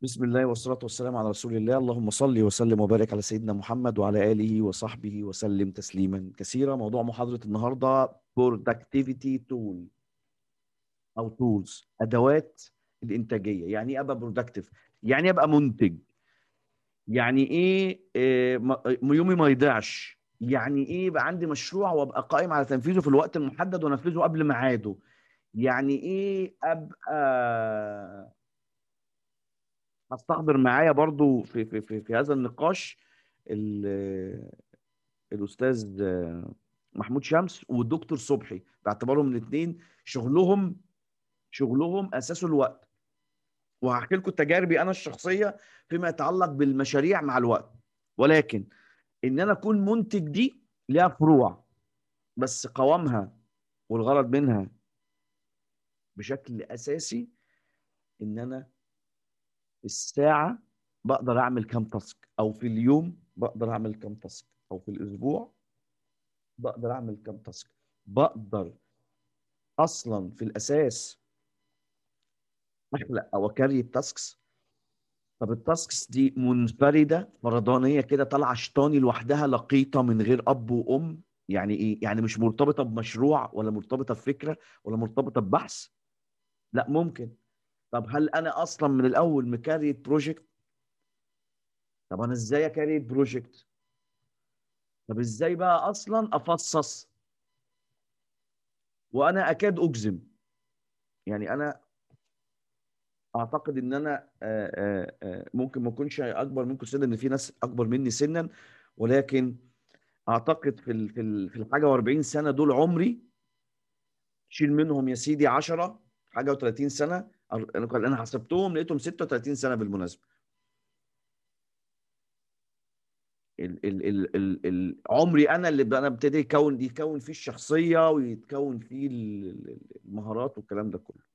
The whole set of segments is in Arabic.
بسم الله والصلاة والسلام على رسول الله. اللهم صل وسلم وبارك على سيدنا محمد وعلى آله وصحبه وسلم تسليما كثيرا. موضوع محاضرة النهاردة productivity tool أو tools، أدوات الإنتاجية. يعني إيه أبقى productive؟ يعني إيه أبقى منتج؟ يعني إيه يومي ما يضيعش؟ يعني إيه يبقى عندي مشروع وأبقى قائم على تنفيذه في الوقت المحدد وأنفذه قبل ميعاده؟ يعني إيه أبقى هستحضر معايا برضو في هذا النقاش ال- الأستاذ محمود شمس والدكتور صبحي، باعتبارهم الاثنين شغلهم أساسه الوقت. وهحكي لكم تجاربي أنا الشخصية فيما يتعلق بالمشاريع مع الوقت. ولكن إن أنا أكون منتج دي ليها فروع، بس قوامها والغرض منها بشكل أساسي إن أنا الساعة بقدر أعمل كام تاسك، أو في اليوم بقدر أعمل كام تاسك، أو في الأسبوع بقدر أعمل كام تاسك. بقدر أصلا في الأساس أخلق أو أكري التاسكس. طب التاسكس دي منفردة فردانية كده طالعة شطاني لوحدها لقيطة من غير أب وأم؟ يعني إيه؟ يعني مش مرتبطة بمشروع ولا مرتبطة بفكرة ولا مرتبطة ببحث؟ لا، ممكن. طب هل أنا أصلا من الأول مكري بروجكت؟ طب أنا إزاي أكري بروجكت؟ طب ازاي بقى اصلا افصص؟ وانا اكاد اجزم، يعني انا اعتقد ان انا ممكن ما اكونش اكبر منكم سنا، ان في ناس اكبر مني سنا، ولكن اعتقد في الحاجه و40 سنه دول عمري، شيل منهم يا سيدي 10 حاجه و30 سنه. انا حسبتهم لقيتهم 36 سنه بالمناسبه. عمري انا اللي انا ابتدي يتكون فيه الشخصيه ويتكون فيه المهارات والكلام ده كله.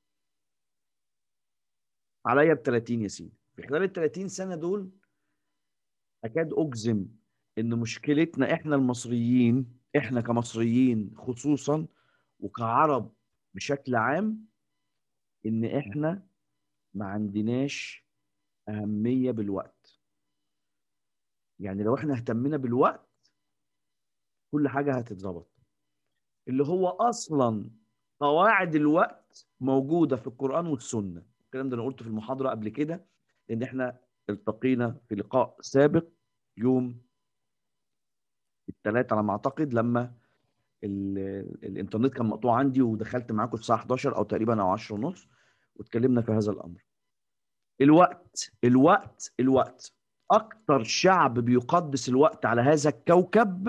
عليا ب 30 يا سيدي. في خلال ال 30 سنه دول اكاد اجزم ان مشكلتنا احنا المصريين، احنا كمصريين خصوصا وكعرب بشكل عام، ان احنا ما عندناش اهميه بالوقت. يعني لو احنا اهتمينا بالوقت كل حاجه هتتظبط. اللي هو اصلا قواعد الوقت موجوده في القران والسنه. الكلام ده انا قلته في المحاضره قبل كده، لان احنا التقينا في لقاء سابق يوم الثلاث على ما اعتقد، لما الانترنت كان مقطوع عندي، ودخلت معاكم الساعه 11 او تقريبا او 10 ونص، واتكلمنا في هذا الامر. الوقت اكتر شعب بيقدس الوقت على هذا الكوكب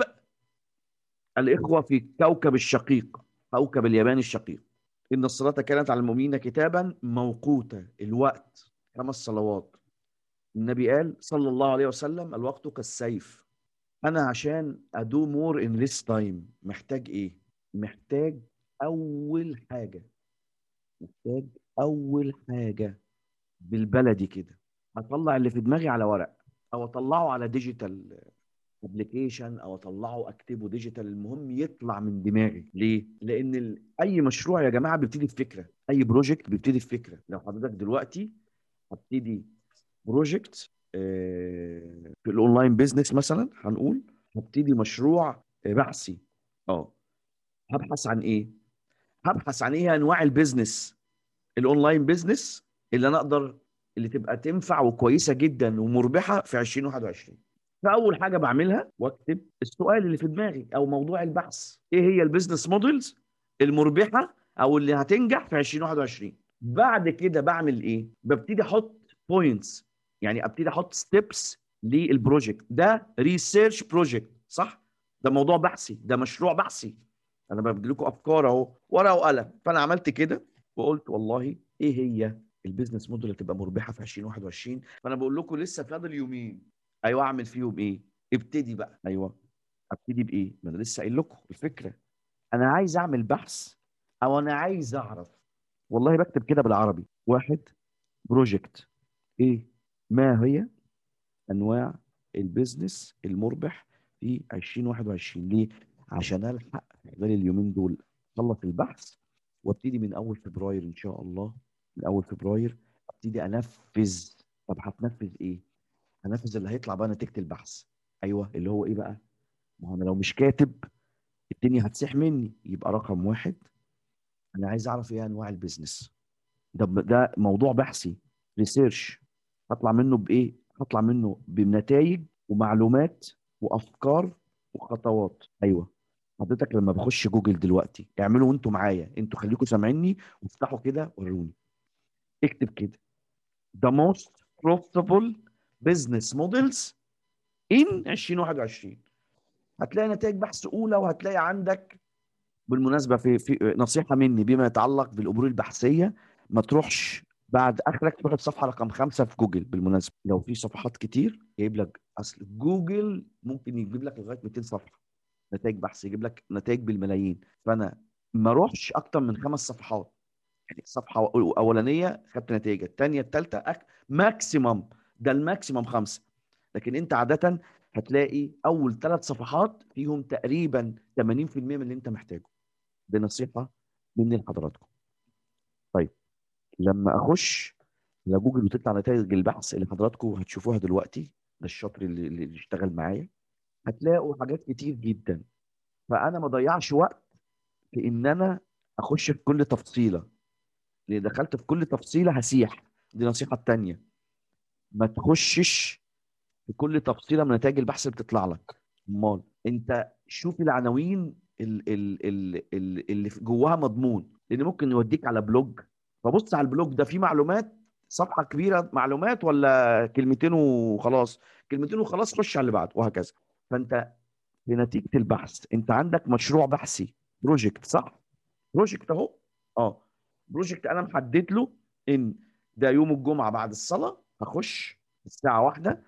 الاخوه في كوكب الشقيق، كوكب اليابان الشقيق. ان الصلاه كانت على المؤمنين كتابا موقوتا. الوقت 5 صلوات. النبي قال صلى الله عليه وسلم الوقت كالسيف. انا عشان ادو مور ان ليس تايم محتاج ايه؟ محتاج اول حاجه محتاج اول حاجه بالبلدي كده اطلع اللي في دماغي على ورق، او اطلعه على ديجيتال ابلكيشن، او اطلعه اكتبه ديجيتال. المهم يطلع من دماغي. ليه؟ لان اي مشروع يا جماعه بيبتدي بفكره، اي بروجكت بيبتدي بفكره. لو حضرتك دلوقتي هبتدي بروجكت في الاونلاين بيزنس مثلا، هنقول هبتدي مشروع بحثي. اه هبحث عن ايه؟ هبحث عن ايه انواع البيزنس الاونلاين بيزنس اللي انا اقدر، اللي تبقى تنفع وكويسه جدا ومربحه في 2021. فاول حاجه بعملها واكتب السؤال اللي في دماغي او موضوع البحث: ايه هي البيزنس موديلز المربحه او اللي هتنجح في 2021؟ بعد كده بعمل ايه؟ ببتدي احط بوينتس، يعني ابتدي احط ستيبس للبروجكت ده. ريسيرش بروجكت، صح؟ ده موضوع بحثي، ده مشروع بحثي. انا بدي لكم افكار اهو، ورقه وقلم. فانا عملت كده وقلت والله ايه هي البيزنس موديل اللي تبقى مربحه في 2021. فانا بقول لكم لسه فاضل يومين. ايوه، اعمل فيهم ايه؟ ابتدي بقى. ايوه، ابتدي بايه؟ ما انا لسه قايل لكم الفكره. انا عايز اعمل بحث، او انا عايز اعرف. والله بكتب كده بالعربي: واحد، بروجكت ايه، ما هي انواع البيزنس المربح في 2021؟ ليه؟ عشان الحق خلال اليومين دول اخلص البحث، وابتدي من اول فبراير ان شاء الله. من اول فبراير ابتدي انفذ طب هتنفذ ايه؟ هنفذ اللي هيطلع بقى نتيجه البحث. ايوه، اللي هو ايه بقى؟ ما هو انا لو مش كاتب الدنيا هتسيح مني. يبقى رقم واحد، انا عايز اعرف ايه انواع البيزنس. ده موضوع بحثي، ريسيرش. هطلع منه بايه؟ هطلع منه بنتائج ومعلومات وافكار وخطوات. ايوه. حضرتك لما بخش جوجل دلوقتي، اعملوا انتوا معايا، انتوا خليكم سامعيني وافتحوا كده وروني. اكتب كده: the most profitable business models in 2021. هتلاقي نتائج بحث اولى، وهتلاقي عندك بالمناسبه في نصيحه مني بما يتعلق بالامور البحثيه: ما تروحش بعد اخرك تروح الصفحه رقم 5 في جوجل. بالمناسبه لو في صفحات كتير جايب لك، اصل جوجل ممكن يجيب لك لغايه 200 صفحه نتائج بحث، يجيب لك نتائج بالملايين. فانا ما اروحش اكتر من 5 صفحات. يعني صفحه اولانيه خدت نتيجه، الثانيه الثالثه ماكسيمم. ده الماكسيمم 5. لكن انت عاده هتلاقي اول 3 صفحات فيهم تقريبا 80% من اللي انت محتاجه. دي نصيحة مني لحضراتكم. طيب، لما اخش على جوجل وتطلع نتائج البحث اللي حضراتكم هتشوفوها دلوقتي، ده الشاطر اللي اشتغل معايا، هتلاقوا حاجات كتير جدا. فانا ما ضيعش وقت في ان انا اخش في كل تفصيلة، لان دخلت في كل تفصيلة هسيح. دي النصيحة التانية: ما تخشش في كل تفصيلة من نتائج البحث اللي بتطلع لك. امال انت شوف العناوين اللي جواها مضمون، لان ممكن يوديك على بلوج. فبص على البلوج ده فيه معلومات، صفحه كبيره معلومات، ولا كلمتين وخلاص؟ كلمتين وخلاص، خش على اللي بعده، وهكذا. فانت في نتيجه البحث انت عندك مشروع بحثي، بروجكت، صح؟ بروجكت اهو. اه، بروجكت انا محدد له ان ده يوم الجمعه بعد الصلاه هخش الساعه 1.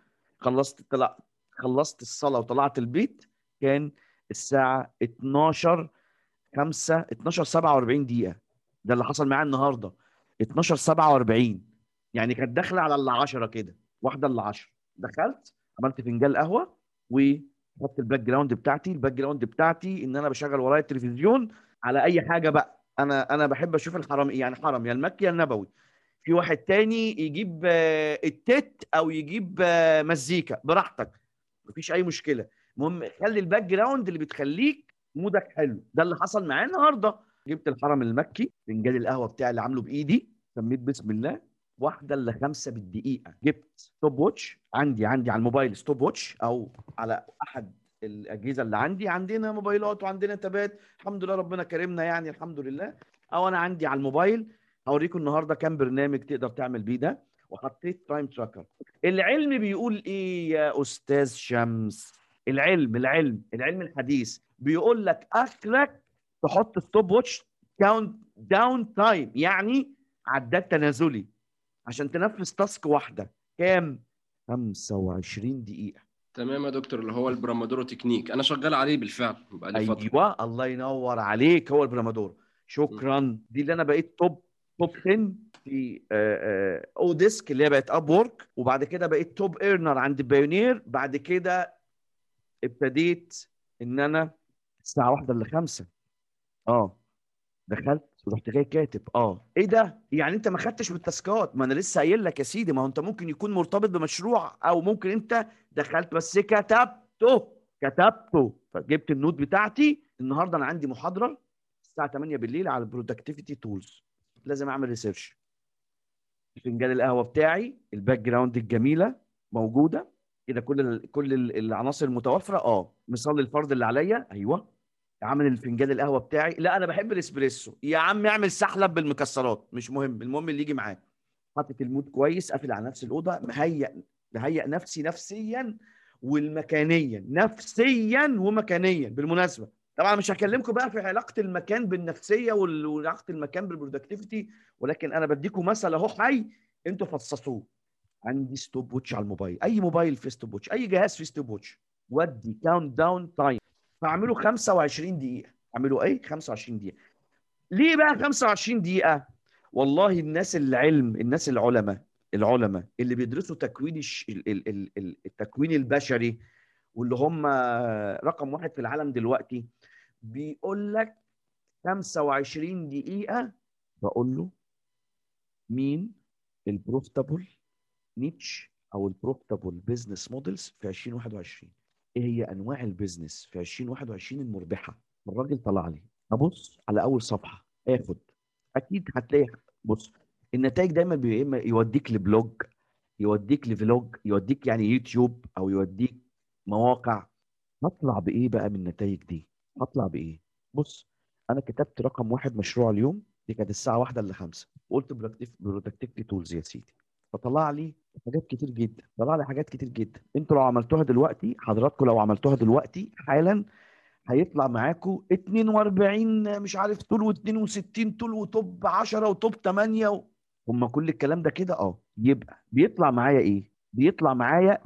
خلصت الصلاه وطلعت البيت، كان الساعه 12:47. ده اللي حصل معايا النهارده، 12:47. يعني كانت داخله على ال10 كده، 1:10. دخلت عملت فنجان قهوه وحط الباك جراوند بتاعتي ان انا بشغل ورايا التلفزيون على اي حاجه بقى. انا بحب اشوف الحرم، يعني حرم يا المكي يا النبوي. في واحد تاني يجيب التت، او يجيب مزيكا، براحتك، مفيش اي مشكله. المهم خلي الباك جراوند اللي بتخليك مودك حلو. ده اللي حصل معايا النهارده. جبت الحرم المكي، فنجان القهوه بتاعي اللي عامله بايدي، سميت بسم الله، 1:05 بالدقيقه. جبت ستوب ووتش، عندي على الموبايل ستوب ووتش، او على احد الاجهزه اللي عندنا موبايلات وعندنا تابات، الحمد لله ربنا كرمنا يعني، الحمد لله. او انا عندي على الموبايل، هوريكم النهارده كام برنامج تقدر تعمل بيه ده. وحطيت تايم تراكر. العلم بيقول ايه يا استاذ شمس؟ العلم الحديث بيقول لك اخرك تحط ستوب واتش كاونت داون تايم، يعني عداد تنازلي، عشان تنفذ تاسك واحده كام؟ 25 دقيقه. تمام يا دكتور، اللي هو البرامادورو تكنيك انا شغال عليه بالفعل بقالي فتره. ايوه، الله ينور عليك، هو البرامادور. م. شكرا. دي اللي انا بقيت توب 10 في او ديسك، اللي هي بقت اب وورك. وبعد كده بقيت توب ايرنر عند بايونير. بعد كده ابتديت ان انا الساعه 1:05. اه، دخلت ورحت جاي كاتب. ايه ده؟ يعني انت ما خدتش بالتاسكات؟ ما انا لسه قايل لك يا سيدي، ما هو انت ممكن يكون مرتبط بمشروع، او ممكن انت دخلت بس كتبته. فجبت النوت بتاعتي. النهارده انا عندي محاضره الساعه 8 بالليل على البرودكتيفيتي تولز، لازم اعمل ريسيرش. فنجان القهوه بتاعي، الباك جراوند الجميله موجوده كده، كل العناصر المتوفره. مصلي الفرض اللي عليا، ايوه. عامل الفنجان القهوه بتاعي، لا انا بحب الاسبريسو، يا عم اعمل سحلب بالمكسرات، مش مهم، المهم اللي يجي معاه. حاطط المود كويس، قافل على نفس الاوضه، مهيئ نفسي نفسيا والمكانيا، نفسيا ومكانيا. بالمناسبه طبعا مش هكلمكم بقى في علاقه المكان بالنفسيه وعلاقه المكان بالبرودكتيفيتي، ولكن انا بديكم مثل اهو حي، انتوا فصصوه. عندي ستوب ووتش على الموبايل، اي موبايل فيه ستوب ووتش، اي جهاز فيه ستوب ووتش، ودي كاونت داون تايم. فاعمله 25 دقيقه. اعمله ايه؟ 25 دقيقه. ليه بقى 25 دقيقه؟ والله الناس العلماء اللي بيدرسوا تكوين التكوين البشري، واللي هم رقم واحد في العالم دلوقتي، بيقول لك 25 دقيقة. بقول له: مين البروفتابل نيتش او البروفيتابل بزنس موديلز في 2021. ايه هي انواع البيزنس في 2021 المربحه؟ الراجل طلع لي ابص على اول صفحه اخد، اكيد هتلاقي. بص، النتائج دايما بيبقى اما يوديك لبلوج، يوديك لفلوج، يوديك يعني يوتيوب، او يوديك مواقع. هطلع بايه بقى من النتائج دي؟ هطلع بايه؟ بص، انا كتبت رقم واحد مشروع اليوم، دي كانت الساعه 1 ل 5، وقلت برودكتيفلي تولز يا سيدي. فطلع لي حاجات كتير جدا، طلع لي حاجات كتير جدا. انتوا لو عملتوها دلوقتي، حضراتكم لو عملتوها دلوقتي حالا، هيطلع معاكم 42 مش عارف طول، و62 طول، وتوب 10 وتوب 8 هم كل الكلام ده كده. يبقى بيطلع معايا ايه؟ بيطلع معايا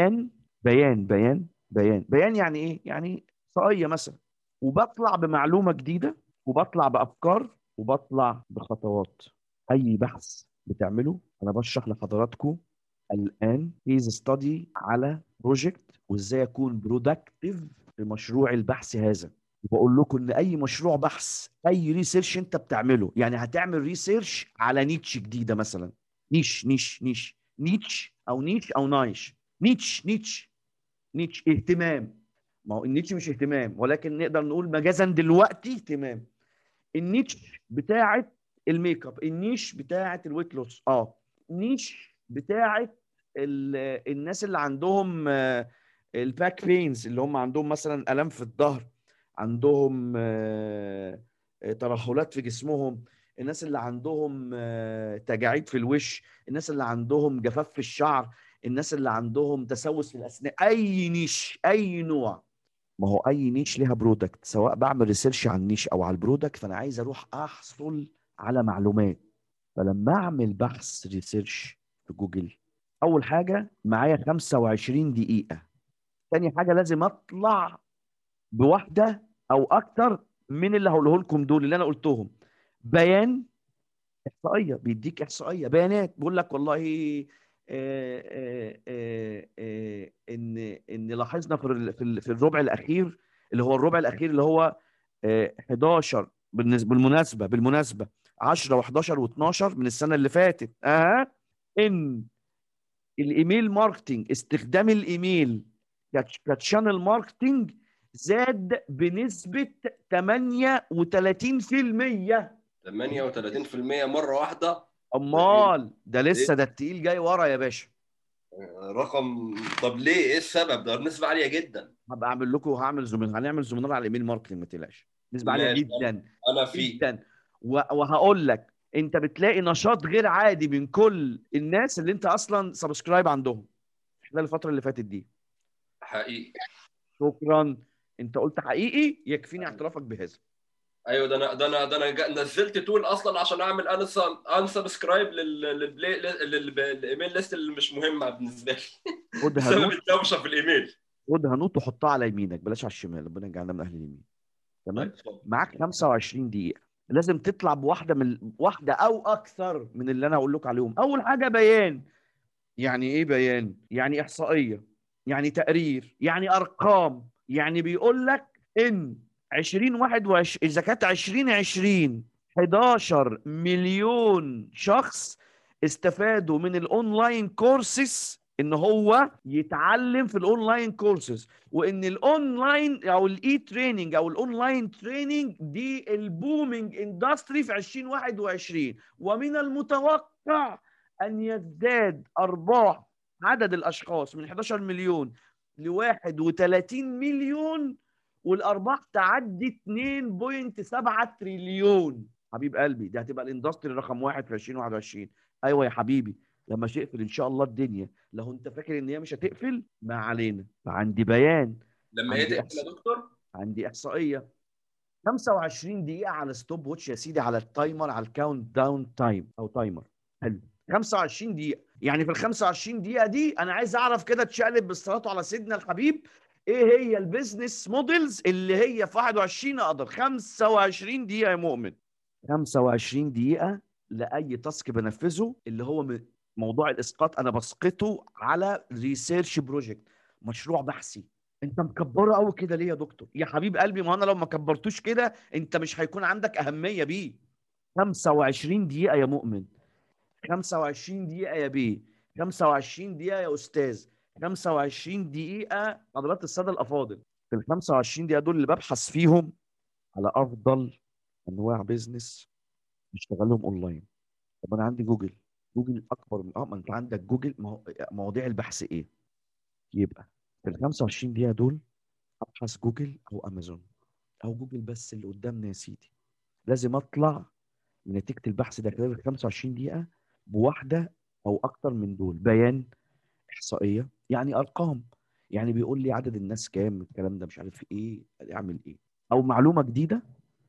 بيان يعني ايه؟ يعني احصائيه مثلا. وبطلع بمعلومه جديده، وبطلع بافكار، وبطلع بخطوات. اي بحث بتعمله انا بشرح لحضراتكم الان كيز ستادي على بروجكت، وازاي اكون برودكتيف في مشروع البحث هذا. وبقول لكم ان اي مشروع بحث، اي ريسيرش انت بتعمله، يعني هتعمل ريسيرش على نيتش جديده مثلا، نيتش او نايش. نيتش اهتمام. ما هو النيتش مش اهتمام، ولكن نقدر نقول مجازا دلوقتي اهتمام. النيتش بتاعه الميك اب، النيش بتاعه الويت لوس، نيش بتاعه الناس اللي عندهم الباك بينز، اللي هم عندهم مثلا الام في الظهر، عندهم ترهلات في جسمهم، الناس اللي عندهم تجاعيد في الوش، الناس اللي عندهم جفاف في الشعر، الناس اللي عندهم تسوس في الاسنان. اي نيش، اي نوع. ما هو اي نيش ليها برودكت، سواء بعمل ريسيرش على النيش او على البرودكت، فانا عايز اروح احصل على معلومات. فلما اعمل بحث ريسيرش في جوجل، اول حاجه معايا 25 دقيقه. تاني حاجه لازم اطلع بواحده او اكتر من اللي هقوله لكم دول اللي انا قلتهم. بيان، احصائيه، بيديك احصائيه بيانات، بيقول لك والله ان لاحظنا في الربع الاخير، اللي هو الربع الاخير اللي هو 11 بالمناسبه 10 و11 و12 من السنه اللي فاتت، ان الايميل ماركتنج، استخدام الايميل كتشانل ماركتنج، زاد بنسبه 38%. 38% مره واحده؟ امال ده ايه لسه، ده التقيل جاي ورا يا باشا. رقم؟ طب ليه؟ ايه السبب؟ ده نسبه عاليه جدا. هبقى اعمل لكم، هنعمل زومينار على الايميل ماركتنج، ما تقلقش، نسبه عاليه ماشي، جدا انا فيه. جدا. وهقول لك، انت بتلاقي نشاط غير عادي من كل الناس اللي انت اصلا سبسكرايب عندهم خلال الفتره اللي فاتت دي. حقيقي. شكرا. انت قلت حقيقي، يكفيني اعترافك بهذا. ايوه، ده انا نزلت تول اصلا عشان اعمل انسبسكرايب للايميل ليست اللي مش مهمه بالنسبه لي خد بسبب هنوت، الدوشه في الايميل. خد هنوت وحطها على يمينك، بلاش على الشمال، ربنا يجعلنا من اهل اليمين. طيب تمام. اتفضل. معاك 25 دقيقة، لازم تطلع بواحدة واحدة أو أكثر من اللي أنا هقول لك عليهم. أول حاجة بيان. يعني إيه بيان؟ يعني إحصائية، يعني تقرير، يعني أرقام. يعني بيقول لك إن 2021، إذا كانت 2020 11 مليون شخص استفادوا من الأونلاين كورسز، إن هو يتعلم في الأونلاين كورسز، وان الاونلاين او الاي تريننج او الاونلاين تريننج دي البومينج اندستري في 2021. ومن المتوقع ان يزداد ارباح عدد الاشخاص من 11 مليون ل 31 مليون، والارباح تعدي 2.7 تريليون. حبيب قلبي، دي هتبقى الاندستري رقم واحد في 2021. ايوه يا حبيبي، لما تقفل ان شاء الله الدنيا، لو انت فاكر ان هي مش هتقفل، ما علينا. فعندي بيان، لما هي عندي تقفل يا دكتور؟ عندي احصائيه. 25 دقيقه على ستوب واتش يا سيدي، على التايمر، على الكاونت داون تايم او تايمر. حلو. 25 دقيقه، يعني في ال 25 دقيقه دي انا عايز اعرف كده، تشقلب بالصلاه على سيدنا الحبيب، ايه هي البيزنس موديلز اللي هي في 21 اقدر. 25 دقيقه يا مؤمن، 25 دقيقه لاي تاسك بنفذه، اللي هو موضوع الاسقاط، انا بسقطه على ريسيرش بروجكت، مشروع بحثي. انت مكبره قوي كده ليه يا دكتور؟ يا حبيب قلبي، ما انا لو ما كبرتوش كده انت مش هيكون عندك اهميه بيه. 25 دقيقه يا مؤمن، 25 دقيقه يا بيه، 25 دقيقة يا أستاذ، 25 دقيقة حضرات السادة الأفاضل. في ال 25 دقيقة دول اللي ببحث فيهم على أفضل أنواع بيزنس نشتغلهم أونلاين. طب أنا عندي جوجل، جوجل أكبر من ما أنت عندك جوجل، مواضيع البحث إيه؟ يبقى في ال 25 دقيقة دول أبحث جوجل أو أمازون أو جوجل بس اللي قدامنا يا سيدي. لازم أطلع من نتيجة البحث ده خلال ال 25 دقيقة بواحدة أو أكتر من دول: بيان، احصائيه يعني ارقام، يعني بيقول لي عدد الناس كام، الكلام ده مش عارف ايه، اعمل ايه. او معلومه جديده،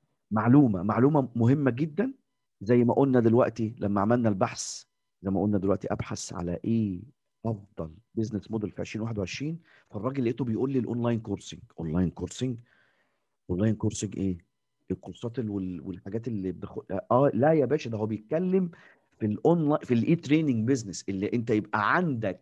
معلومه مهمه جدا. زي ما قلنا دلوقتي لما عملنا البحث، زي ما قلنا دلوقتي ابحث على ايه افضل بيزنس موديل في 2021، فالراجل لقيته بيقول لي الاونلاين كورسنج. اونلاين كورسنج، اونلاين كورسنج ايه؟ الكورسات والحاجات اللي لا يا باشا، ده هو بيتكلم في الاونلاين، في الاي تريننج بيزنس، اللي انت يبقى عندك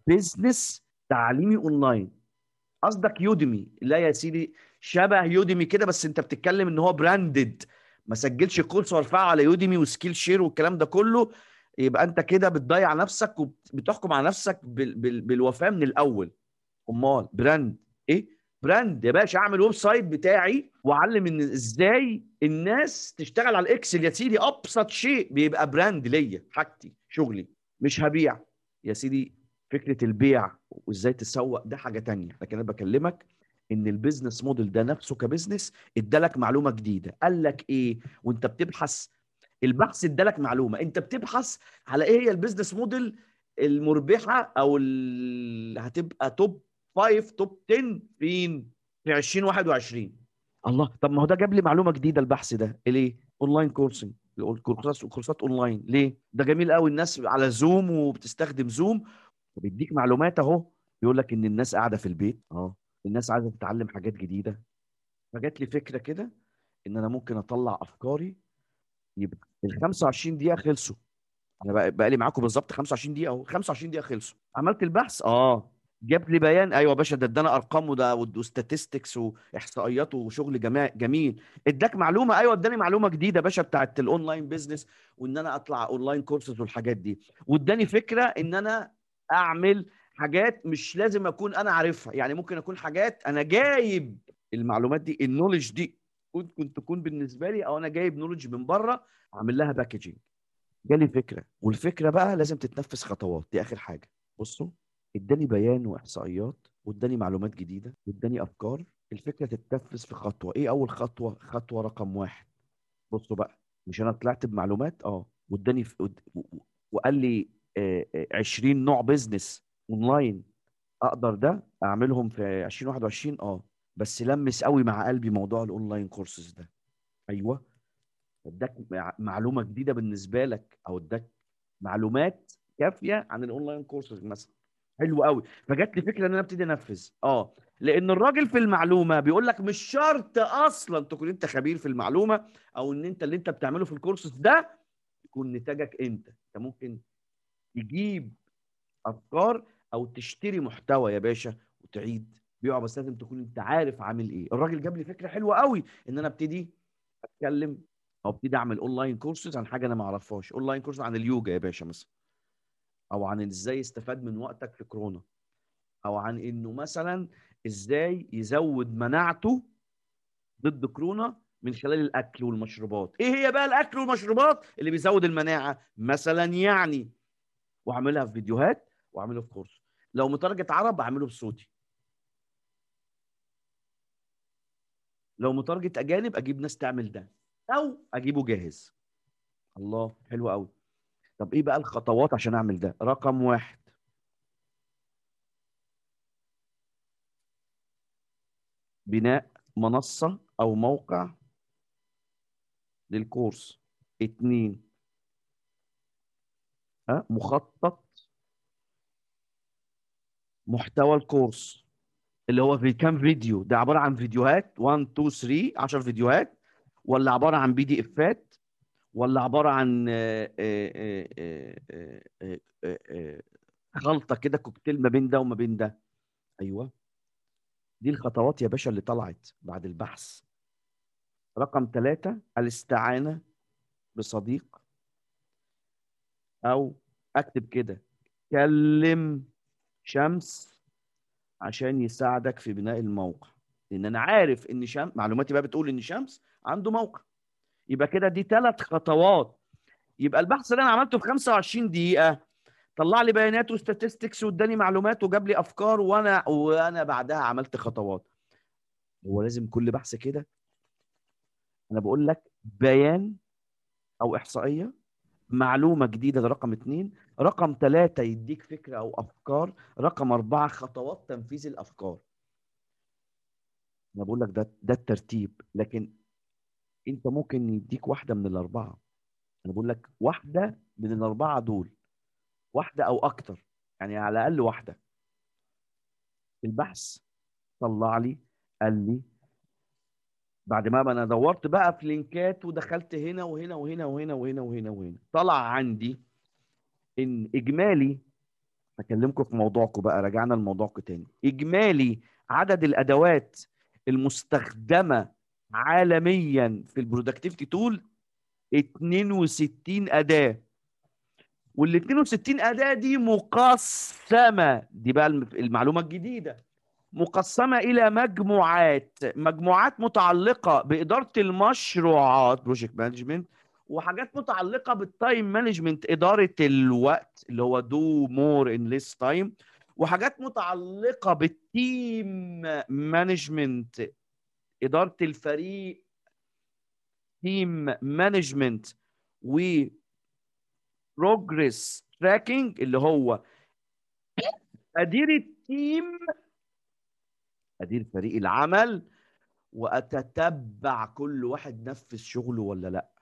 بيزنس تعليمي اونلاين. قصدك يوديمي؟ لا يا سيدي، شبه يوديمي كده، بس انت بتتكلم ان هو براندد، ما سجلش كورس وارفعه على يوديمي وسكيل شير والكلام ده كله. يبقى انت كده بتضيع نفسك وبتحكم على نفسك بالوفاة من الاول. امال براند ايه؟ براند يا باشا، اعمل ويب سايت بتاعي واعلم ان ازاي الناس تشتغل على الاكسل يا سيدي، ابسط شيء بيبقى براند ليا، حاجتي، شغلي. مش هبيع يا سيدي، فكرة البيع وازاي تسوق ده حاجة تانية، لكن انا بكلمك ان البيزنس موديل ده نفسه كبزنس ادالك معلومة جديدة. قال لك ايه وانت بتبحث؟ البحث ادالك معلومة، انت بتبحث على ايه هي البيزنس موديل المربحة او اللي هتبقى توب 5 توب 10 فين في 2021. الله، طب ما هو ده جاب لي معلومة جديدة البحث ده ليه؟ اونلاين كورسنج، كورسات اونلاين ليه؟ ده جميل قوي، الناس على زوم وبتستخدم زوم وبيديك معلومات اهو. بيقول لك ان الناس قاعده في البيت، الناس عايزه تتعلم حاجات جديده. فجات لي فكره كده ان انا ممكن اطلع افكاري. يبقى ال 25 دقيقه خلصوا، انا بقى لي معاكم بالظبط 25 دقيقه اهو، 25 دقيقه خلصوا. عملت البحث، جاب لي بيان، ايوه يا باشا، ده ادانا ارقام وستاتستكس واحصائيات وشغل جميل. اداك معلومه، ايوه اداني معلومه جديده يا باشا بتاعت الاونلاين بيزنس، وان انا اطلع اونلاين كورسز والحاجات دي. واداني فكره ان انا اعمل حاجات مش لازم اكون انا عارفها، يعني ممكن اكون حاجات انا جايب المعلومات دي، النولج دي كنت تكون بالنسبه لي، او انا جايب نولج من بره عامل لها باكجينج. جالي فكره، والفكره بقى لازم تتنفذ خطوات، دي اخر حاجه. بصوا، اداني بيان واحصائيات واداني معلومات جديده واداني افكار. الفكره تتنفذ في خطوه. ايه اول خطوه؟ خطوه رقم واحد. بصوا بقى، مش انا طلعت بمعلومات واداني وقال لي 20 نوع بيزنس اونلاين اقدر ده اعملهم في 2021. بس لمس قوي مع قلبي موضوع الاونلاين كورسز ده. ايوه، اداك معلومه جديده بالنسبه لك، او اداك معلومات كافيه عن الاونلاين كورسز مثلا. حلو قوي. فجات لي فكره ان انا ابتدي انفذ. لان الراجل في المعلومه بيقول لك مش شرط اصلا تكون انت خبير في المعلومه، او ان انت اللي انت بتعمله في الكورسز ده يكون نتاجك انت ممكن تجيب افكار او تشتري محتوى يا باشا وتعيد بيعه، بس لازم تكون انت عارف عامل ايه. الراجل جاب لي فكره حلوه قوي ان انا ابتدي اتكلم او ابتدي اعمل اونلاين كورسز عن حاجه انا ما اعرفهاش. اونلاين كورس عن اليوجا يا باشا مثلا، او عن ازاي يستفاد من وقتك في كورونا، او عن انه مثلا ازاي يزود مناعته ضد كورونا من خلال الاكل والمشروبات. ايه هي بقى الاكل والمشروبات اللي بيزود المناعه مثلا يعني؟ واعملها في فيديوهات واعمله في كورس. لو متارجت عرب اعمله بصوتي، لو متارجت اجانب اجيب ناس تعمل ده، او اجيبه جاهز. الله، حلو قوي. طب ايه بقى الخطوات عشان اعمل ده؟ رقم واحد، بناء منصة او موقع للكورس. اتنين، مخطط محتوى الكورس، اللي هو في كام فيديو، ده عبارة عن فيديوهات 1 2 3 10 فيديوهات، ولا عبارة عن بي دي افات، ولا عبارة عن خلطة كده، كوكتيل ما بين ده وما بين ده. ايوه، دي الخطوات يا باشا اللي طلعت بعد البحث. رقم ثلاثة، الاستعانة بصديق، او اكتب كده كلم شمس عشان يساعدك في بناء الموقع، لان انا عارف ان شمس، معلوماتي بقى بتقول ان شمس عنده موقع. يبقى كده دي 3 خطوات. يبقى البحث اللي انا عملته في 25 دقيقة طلع لي بيانات وستاتستكس واداني معلومات وجاب لي افكار، وانا بعدها عملت خطوات. هو لازم كل بحث كده؟ انا بقول لك بيان او احصائية، معلومة جديدة، ده رقم 2. رقم 3 يديك فكرة او افكار. رقم 4 خطوات تنفيذ الافكار. انا بقول لك ده الترتيب، لكن انت ممكن يديك واحدة من الاربعة. انا بقول لك واحدة من الاربعة دول، واحدة او اكتر، يعني على الاقل واحدة. البحث طلع لي، قال لي بعد ما انا دورت بقى في لينكات ودخلت هنا وهنا وهنا وهنا وهنا وهنا وهنا، طلع عندي ان اجمالي، هكلمكم في موضوعكم بقى، رجعنا لموضوعكم تاني. اجمالي عدد الادوات المستخدمه عالميا في البرودكتيفيتي تول 62 اداه. وال 62 اداه دي مقسمه، دي بقى المعلومه الجديده، مقسمة إلى مجموعات متعلقة بإدارة المشروعات بروجكت مانجمنت، وحاجات متعلقة بالتايم مانجمنت إدارة الوقت اللي هو دو مور إن ليس تايم، وحاجات متعلقة بالتيم مانجمنت إدارة الفريق، تيم مانجمنت، وبروجرس تراكنج اللي هو أدير التيم، أدير فريق العمل، واتتبع كل واحد نفذ شغله ولا لا.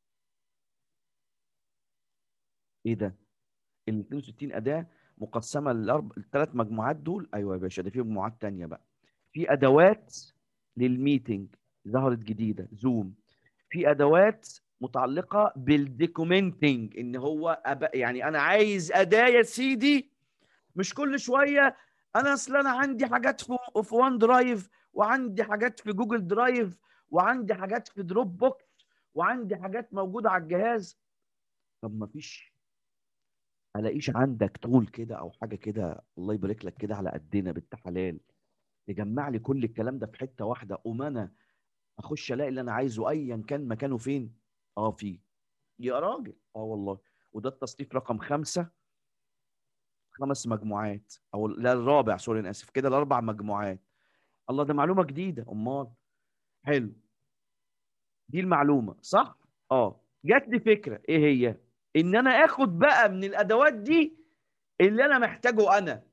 ايه ده؟ ال 62 اداه مقسمه الثلاث مجموعات دول. ايوه يا باشا، ده في مجموعات تانية بقى. في ادوات للميتنج ظهرت جديده، زوم. في ادوات متعلقه بالديكومنتنج، ان هو يعني انا عايز اداه يا سيدي، مش كل شويه انا اصل انا عندي حاجات في وان درايف، وعندي حاجات في جوجل درايف، وعندي حاجات في دروب بوكس، وعندي حاجات موجوده على الجهاز. طب ما فيش، الاقيش عندك تول كده او حاجه كده، الله يبارك لك كده على قدنا بنت حلال، تجمع لي كل الكلام ده في حته واحده، قوم انا اخش الاقي اللي انا عايزه ايا كان مكانه فين؟ اه في. يا راجل اه والله. وده التصنيف رقم 5، 5 مجموعات، او لا الرابع، سوري انا اسف، كده ال4 مجموعات. الله، ده معلومه جديده امال. حلو، دي المعلومه صح. اه، جات لي فكره، ايه هي؟ ان انا اخد بقى من الادوات دي اللي انا محتاجه انا.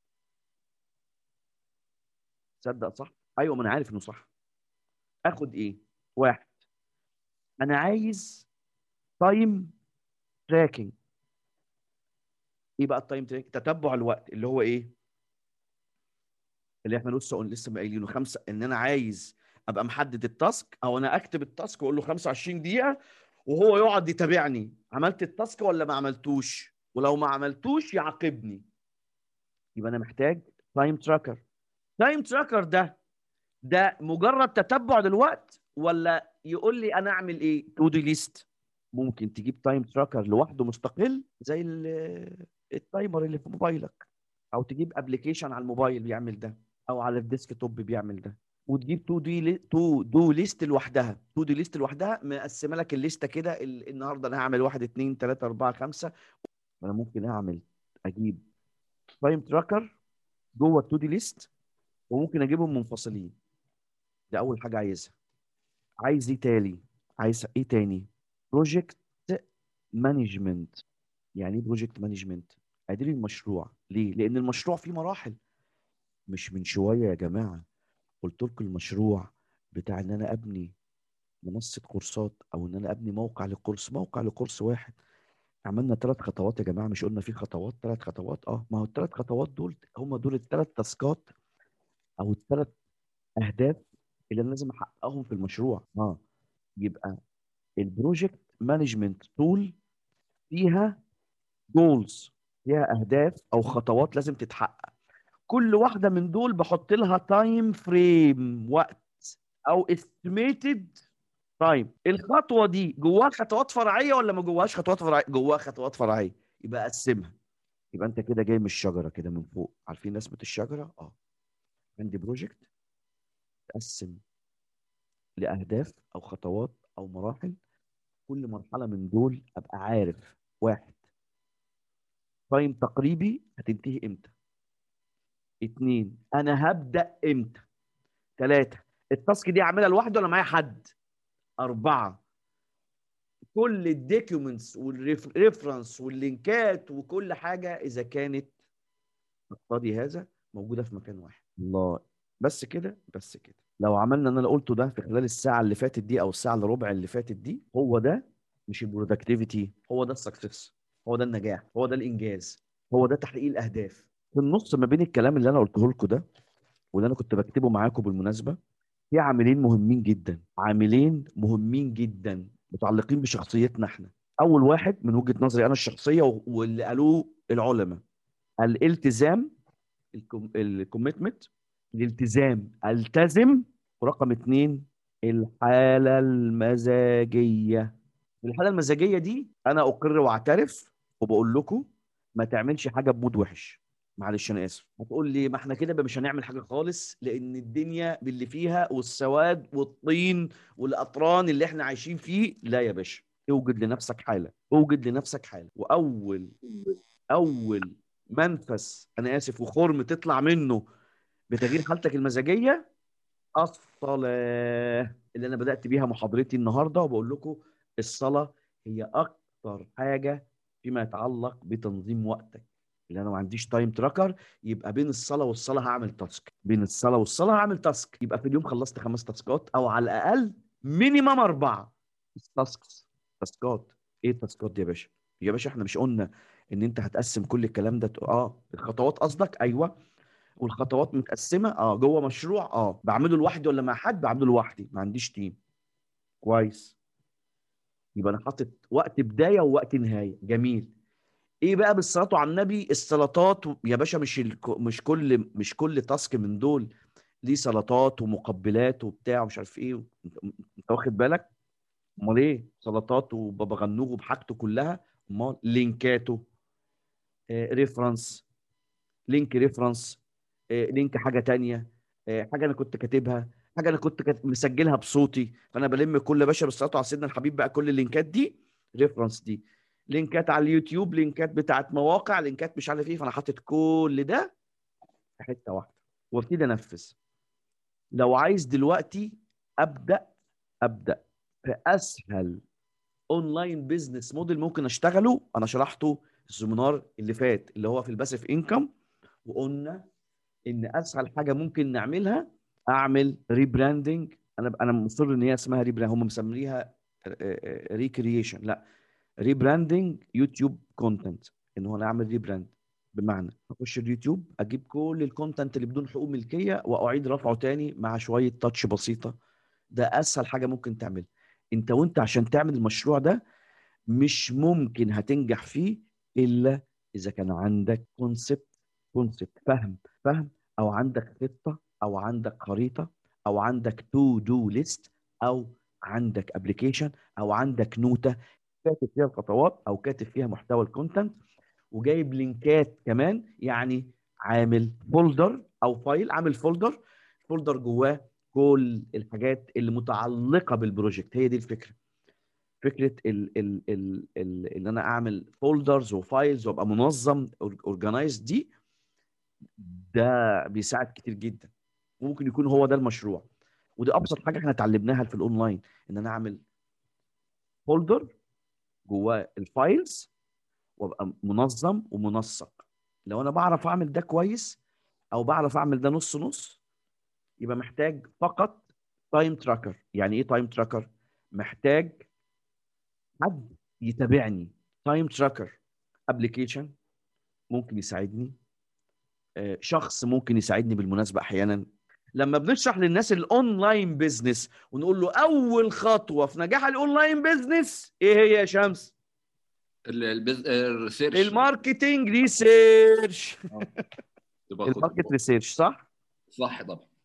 تصدق صح؟ ايوه، ما انا عارف انه صح. اخد ايه؟ واحد، انا عايز تايم تراكنج. ايه بقى التايم تراكنج؟ تتبع الوقت، اللي هو ايه؟ اللي احنا لسه قايلينه 5، ان انا عايز ابقى محدد التاسك، او انا اكتب التاسك واقول له 25 دقيقه، وهو يقعد يتابعني عملت التاسك ولا ما عملتوش، ولو ما عملتوش يعاقبني. يبقى انا محتاج تايم تراكر. تايم تراكر ده مجرد تتبع للوقت، ولا يقول لي انا اعمل ايه؟ تو دو ليست. ممكن تجيب تايم تراكر لوحده مستقل زي التايمر اللي في موبايلك، او تجيب ابلكيشن على الموبايل بيعمل ده، او على الديسك توب بيعمل ده. وتجيب تو دو ليست لوحدها، تو دو ليست لوحدها مقسمه لك الليسته كده، النهارده انا هعمل 1 2 3 4 5. انا ممكن اجيب تايم تراكر جوه التو دي ليست، وممكن اجيبهم منفصلين. ده اول حاجه عايزها. عايز ايه تاني؟ بروجكت مانجمنت. يعني ايه بروجكت مانجمنت؟ ادير المشروع. ليه؟ لان المشروع فيه مراحل. مش من شويه يا جماعه قلت لكم المشروع بتاع ان انا ابني منصه كورسات، او ان انا ابني موقع لكورس واحد، عملنا 3 خطوات يا جماعه؟ مش قلنا في خطوات؟ 3 خطوات. ما هو ال3 خطوات دول هم دول ال3 تاسكات، او ال3 اهداف اللي انا لازم احققهم في المشروع. يبقى البروجكت مانجمنت تول فيها جولز، فيها اهداف او خطوات لازم تتحقق. كل واحده من دول بحط لها تايم فريم، وقت، او استيميتد تايم. الخطوه دي جواها خطوات فرعيه ولا ما جواهاش خطوات فرعيه؟ جواها خطوات فرعيه. يبقى اقسمها. يبقى انت كده جاي من الشجره كده من فوق. عارفين رسمه الشجره؟ عندي بروجكت تقسم لاهداف او خطوات او مراحل. كل مرحله من دول ابقى عارف: واحد، تايم تقريبي هتنتهي امتى. اتنين، انا هبدا امتى. تلاته، التاسك دي اعملها لوحدي ولا معايا حد. اربعه، كل الدوكيومنتس والريفرنس واللينكات وكل حاجه اذا كانت تقتضي هذا موجوده في مكان واحد. الله. بس كده؟ بس كده. لو عملنا اللي انا قلته ده في خلال الساعه اللي فاتت دي او الساعه الا ربع اللي فاتت دي، هو ده مش البرودكتيفيتي، هو ده السكسس، هو ده النجاح، هو ده الانجاز، هو ده تحقيق الاهداف. في النص ما بين الكلام اللي انا قلته لكم ده واللي انا كنت بكتبه معاكم بالمناسبه، في عاملين مهمين جدا، عاملين مهمين جدا متعلقين بشخصيتنا احنا. اول واحد من وجهة نظري انا الشخصيه واللي قالوه العلماء: الالتزام، الكوميتمنت، الالتزام، التزم. ورقم اتنين، الحالة المزاجية. الحالة المزاجية دي أنا أقر وأعترف وبقول لكم ما تعملش حاجة بمود وحش. معلش أنا آسف. هتقول لي ما احنا كده بقى مش هنعمل حاجة خالص لأن الدنيا باللي فيها والسواد والطين والأطران اللي احنا عايشين فيه. لا يا باشا، اوجد لنفسك حالة، اوجد لنفسك حالة. أول منفس، أنا آسف، وخرم تطلع منه بتغيير حالتك المزاجية: الصلاة. اللي أنا بدأت بيها محاضرتي النهاردة وبقول لكم الصلاة هي أكتر حاجة فيما يتعلق بتنظيم وقتك. اللي أنا ما عنديش تايم تراكر، يبقى بين الصلاة والصلاة هعمل تاسك، بين الصلاة والصلاة هعمل تاسك، يبقى في اليوم خلصت 5 تاسكات أو على الأقل مينيمم 4 تاسكس. تاسكات. إيه التاسكات دي يا باشا؟ يا باشا احنا مش قلنا إن أنت هتقسم كل الكلام ده الخطوات قصدك؟ أيوه. والخطوات متقسمه جوه مشروع بعمله لوحدي ولا مع حد؟ بعمله لوحدي، ما عنديش تيم. كويس. يبقى انا حاطط وقت بدايه ووقت نهايه. جميل. ايه بقى بالصلاه على النبي السلطات يا باشا؟ مش كل تاسك من دول ليه سلطات ومقبلات وبتاع ومش عارف ايه. انت واخد بالك؟ امال ايه سلطات وبابا غنوج وبحاجته كلها؟ امال لينكاته، ريفرنس، لينك ريفرنس، لينك حاجه تانية، حاجه انا كنت كاتبها، حاجه انا كنت مسجلها بصوتي، فانا بلم كل باشا بالصلاه على سيدنا الحبيب بقى كل اللينكات دي ريفرنس، دي لينكات على اليوتيوب، لينكات بتاعت مواقع، لينكات مش عارف ايه. فانا حاطط كل ده في حته واحده وابتدي انفذ. لو عايز دلوقتي ابدا في اسهل اونلاين بيزنس موديل ممكن اشتغله، انا شرحته السيمينار اللي فات اللي هو في الباسيف انكم، وقلنا ان اسهل حاجه ممكن نعملها اعمل ريبراندنج. انا مصر ان هي اسمها ريبراند، هم مسميها ريكرييشن، لا، ريبراندنج يوتيوب كونتنت. ان هو انا اعمل ريبراند، بمعنى اخش اليوتيوب اجيب كل الكونتنت اللي بدون حقوق ملكيه واعيد رفعه تاني مع شويه تاتش بسيطه. ده اسهل حاجه ممكن تعملها. وانت عشان تعمل المشروع ده مش ممكن هتنجح فيه الا اذا كان عندك كونسبت، فهم، او عندك خطه، او عندك خريطه، او عندك تو دو ليست، او عندك ابلكيشن، او عندك نوته كاتب فيها الخطوات او كاتب فيها محتوى الكونتنت وجايب لينكات كمان. يعني عامل فولدر او فايل، عامل فولدر جواه كل الحاجات اللي متعلقه بالبروجكت. هي دي الفكره. فكره ان انا اعمل فولدرز وفايلز وابقى منظم اورجنايز دي، ده بيساعد كتير جدا. وممكن يكون هو ده المشروع. ودي ابسط حاجه احنا اتعلمناها في الاونلاين، ان انا اعمل فولدر جواه الفايلز وابقى منظم ومنسق. لو انا بعرف اعمل ده كويس او بعرف اعمل ده نص نص، يبقى محتاج فقط تايم تراكر. يعني ايه تايم تراكر؟ محتاج حد يتابعني. تايم تراكر ابلكيشن ممكن يساعدني، شخص ممكن يساعدني بالمناسبه احيانا. لما بنشرح للناس الاونلاين بيزنس ونقول له اول خطوه في نجاح الاونلاين بيزنس ايه هي يا شمس؟ الريسيرش. الماركتنج ريسيرش. تبقى الماركت خطوة. ريسيرش، صح؟ صح طبعا.